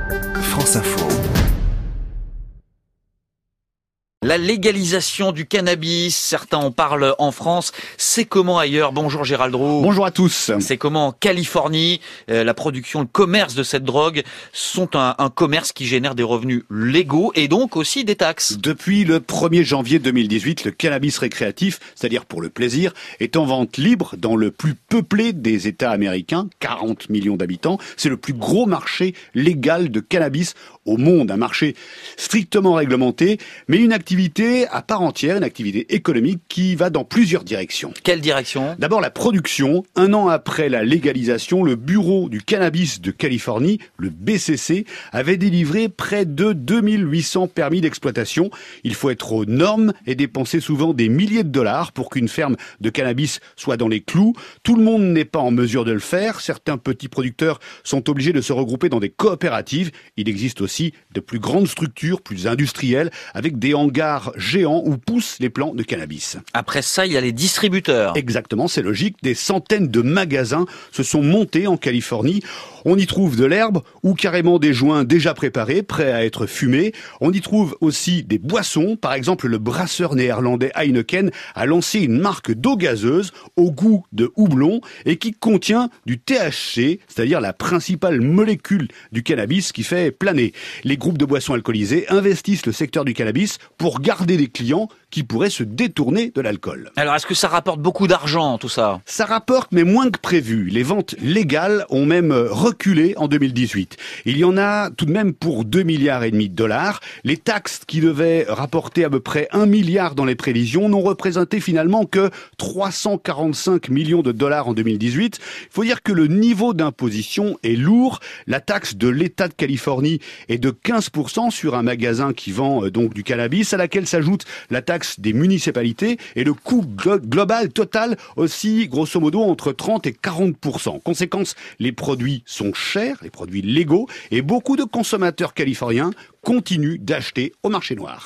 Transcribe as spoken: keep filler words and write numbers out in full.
France Info. La légalisation du cannabis, certains en parlent en France, c'est comment ailleurs? Bonjour Gérald Roux. Bonjour à tous. C'est comment en Californie? euh, La production, le commerce de cette drogue sont un, un commerce qui génère des revenus légaux et donc aussi des taxes. Depuis le premier janvier deux mille dix-huit, le cannabis récréatif, c'est-à-dire pour le plaisir, est en vente libre dans le plus peuplé des États américains, quarante millions d'habitants. C'est le plus gros marché légal de cannabis au monde, un marché strictement réglementé, mais une activité à part entière, une activité économique qui va dans plusieurs directions. Quelle direction? D'abord la production. Un an après la légalisation, le Bureau du cannabis de Californie, le B C C, avait délivré près de deux mille huit cents permis d'exploitation. Il faut être aux normes et dépenser souvent des milliers de dollars pour qu'une ferme de cannabis soit dans les clous. Tout le monde n'est pas en mesure de le faire. Certains petits producteurs sont obligés de se regrouper dans des coopératives. Il existe aussi de plus grandes structures, plus industrielles, avec des hangars géants où poussent les plants de cannabis. Après ça, il y a les distributeurs. Exactement, c'est logique. Des centaines de magasins se sont montés en Californie. On y trouve de l'herbe ou carrément des joints déjà préparés, prêts à être fumés. On y trouve aussi des boissons. Par exemple, le brasseur néerlandais Heineken a lancé une marque d'eau gazeuse au goût de houblon et qui contient du T H C, c'est-à-dire la principale molécule du cannabis qui fait planer. Les groupes de boissons alcoolisées investissent le secteur du cannabis pour garder des clients qui pourraient se détourner de l'alcool. Alors, est-ce que ça rapporte beaucoup d'argent, tout ça? Ça rapporte, mais moins que prévu. Les ventes légales ont même reculé en deux mille dix-huit. Il y en a tout de même pour deux milliards et demi de dollars. Les taxes qui devaient rapporter à peu près un milliard dans les prévisions n'ont représenté finalement que trois cent quarante-cinq millions de dollars en deux mille dix-huit. Il faut dire que le niveau d'imposition est lourd. La taxe de l'État de Californie est de quinze pour cent sur un magasin qui vend euh, donc du cannabis, à laquelle s'ajoute la taxe des municipalités et le coût glo- global total aussi grosso modo entre trente et quarante pour cent. Conséquence, les produits sont chers, les produits légaux, et beaucoup de consommateurs californiens continuent d'acheter au marché noir.